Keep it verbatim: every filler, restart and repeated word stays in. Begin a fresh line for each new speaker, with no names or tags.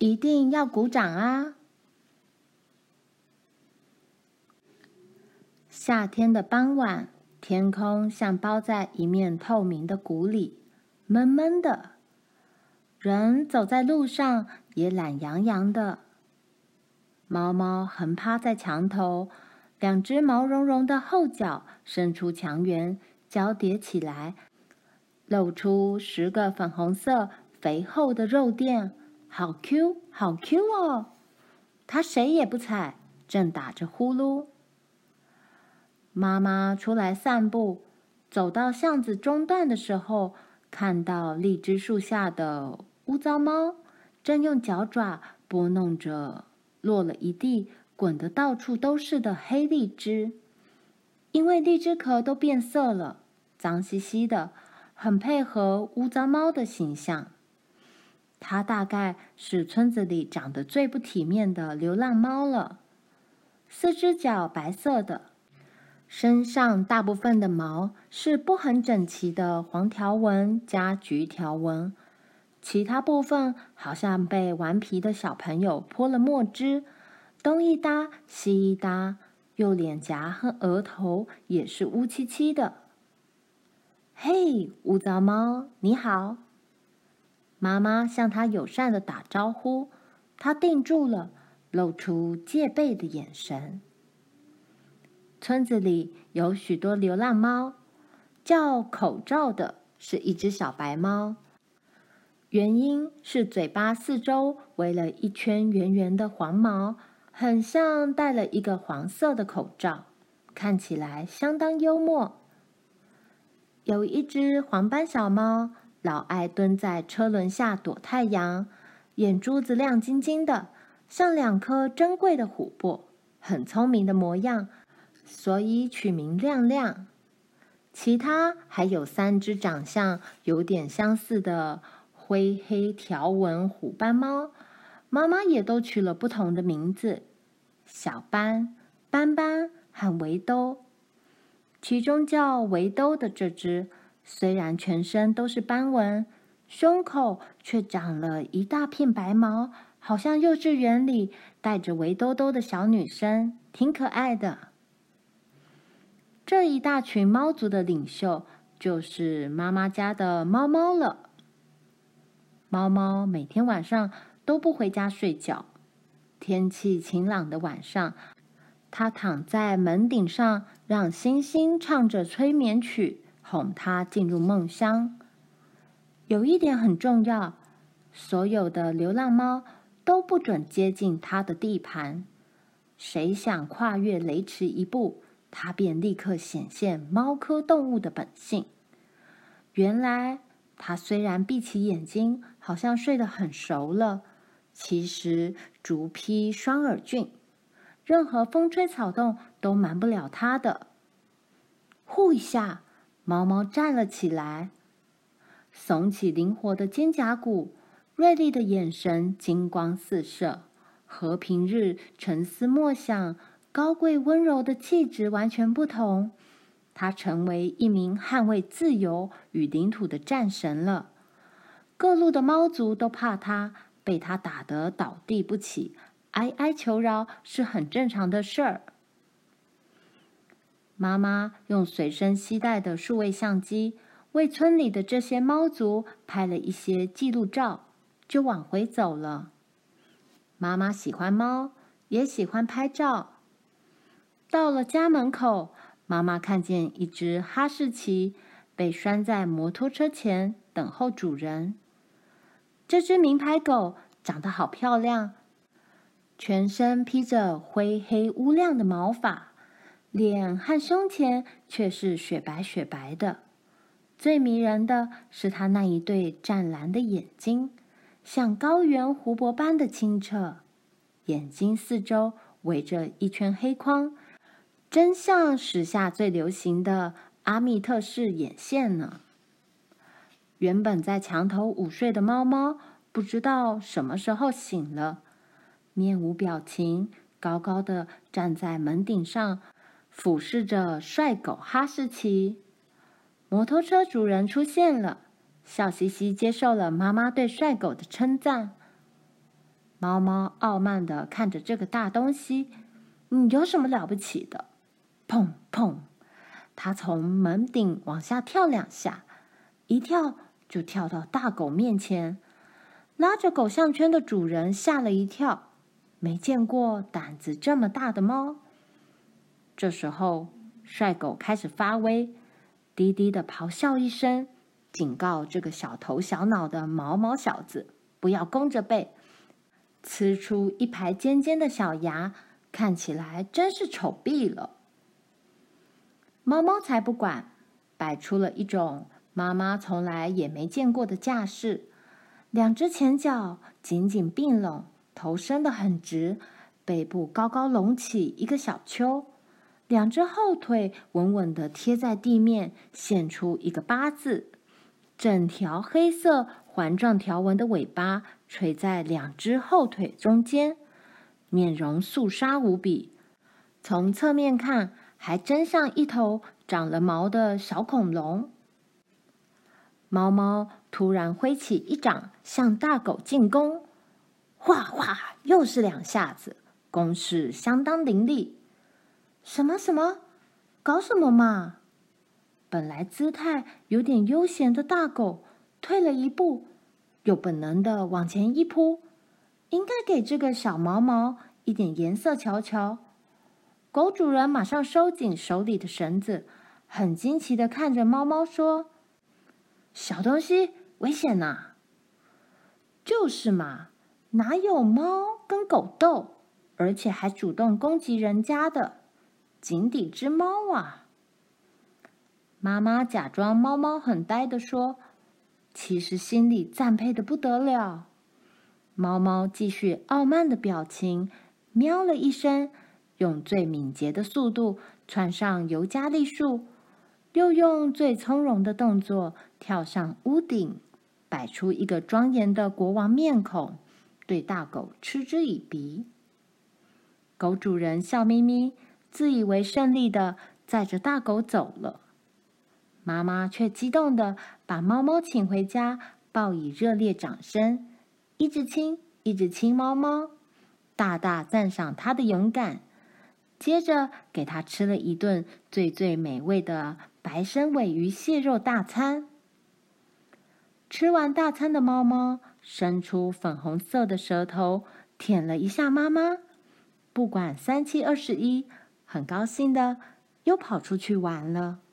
一定要鼓掌啊！夏天的傍晚，天空像包在一面透明的鼓里，闷闷的。人走在路上也懒洋洋的。猫猫横趴在墙头，两只毛茸茸的后脚伸出墙缘，交叠起来，露出十个粉红色肥厚的肉垫，好 Q 好 Q 哦！它谁也不睬，正打着呼噜。妈妈出来散步，走到巷子中段的时候，看到荔枝树下的乌糟猫正用脚爪拨弄着落了一地、滚得到处都是的黑荔枝。因为荔枝壳都变色了，脏兮兮的，很配合乌糟猫的形象。它大概是村子里长得最不体面的流浪猫了。四只脚白色的，身上大部分的毛是不很整齐的黄条纹加橘条纹，其他部分好像被顽皮的小朋友泼了墨汁，东一搭西一搭，右脸颊和额头也是乌漆漆的。嘿，乌糟猫，你好！妈妈向它友善的打招呼，它定住了，露出戒备的眼神。村子里有许多流浪猫，叫口罩的是一只小白猫，原因是嘴巴四周围了一圈圆圆的黄毛，很像戴了一个黄色的口罩，看起来相当幽默。有一只黄斑小猫，老爱蹲在车轮下躲太阳，眼珠子亮晶晶的，像两颗珍贵的琥珀，很聪明的模样，所以取名亮亮。其他还有三只长相有点相似的灰黑条纹虎斑猫，妈妈也都取了不同的名字，小斑、斑斑和围兜。其中叫围兜的这只，虽然全身都是斑纹，胸口却长了一大片白毛，好像幼稚园里带着围兜兜的小女生，挺可爱的。这一大群猫族的领袖就是妈妈家的猫猫了。猫猫每天晚上都不回家睡觉，天气晴朗的晚上，它躺在门顶上，让星星唱着催眠曲，哄它进入梦乡。有一点很重要，所有的流浪猫都不准接近它的地盘。谁想跨越雷池一步，它便立刻显现猫科动物的本性。原来，它虽然闭起眼睛，好像睡得很熟了，其实竹披双耳菌。任何风吹草动都瞒不了它的。呼一下，猫猫站了起来，耸起灵活的肩胛骨，锐利的眼神金光四射，和平日沉思默想、高贵温柔的气质完全不同。它成为一名捍卫自由与领土的战神了。各路的猫族都怕它，被它打得倒地不起，哀哀求饶是很正常的事儿。妈妈用随身携带的数位相机，为村里的这些猫族拍了一些记录照，就往回走了。妈妈喜欢猫，也喜欢拍照。到了家门口，妈妈看见一只哈士奇被拴在摩托车前等候主人。这只名牌狗长得好漂亮，全身披着灰黑乌亮的毛发，脸和胸前却是雪白雪白的。最迷人的是它那一对湛蓝的眼睛，像高原湖泊般的清澈，眼睛四周围着一圈黑框，真像时下最流行的阿密特式眼线呢。原本在墙头午睡的猫猫，不知道什么时候醒了，面无表情，高高的站在门顶上，俯视着帅狗哈士奇。摩托车主人出现了，笑嘻嘻接受了妈妈对帅狗的称赞。 猫猫傲慢地看着这个大东西，嗯，有什么了不起的？砰砰，它从门顶往下跳两下，一跳就跳到大狗面前。拉着狗项圈的主人吓了一跳，没见过胆子这么大的猫。这时候，帅狗开始发威，低低的咆哮一声，警告这个小头小脑的毛毛小子不要弓着背，呲出一排尖尖的小牙，看起来真是丑毙了。猫猫才不管，摆出了一种妈妈从来也没见过的架势，两只前脚紧紧并拢，头伸得很直，背部高高隆起一个小丘，两只后腿稳稳地贴在地面，现出一个八字，整条黑色环状条纹的尾巴垂在两只后腿中间，面容肃杀无比，从侧面看还真像一头长了毛的小恐龙。猫猫突然挥起一掌向大狗进攻，哗哗又是两下子，攻势相当凌厉。什么什么？搞什么嘛？本来姿态有点悠闲的大狗退了一步，又本能的往前一扑，应该给这个小毛毛一点颜色瞧瞧。狗主人马上收紧手里的绳子，很惊奇的看着猫猫说：“小东西，危险呐！”就是嘛，哪有猫跟狗斗，而且还主动攻击人家的？井底之猫啊！妈妈假装猫猫很呆的说，其实心里赞佩的不得了。猫猫继续傲慢的表情，喵了一声，用最敏捷的速度窜上尤加利树，又用最从容的动作跳上屋顶，摆出一个庄严的国王面孔，对大狗嗤之以鼻。狗主人笑眯眯，自以为胜利的载着大狗走了。妈妈却激动的把猫猫请回家，报以热烈掌声，一直亲，一直亲猫猫，大大赞赏它的勇敢。接着给它吃了一顿最最美味的白身尾鱼蟹肉大餐。吃完大餐的猫猫伸出粉红色的舌头，舔了一下妈妈，不管三七二十一，很高兴的又跑出去玩了。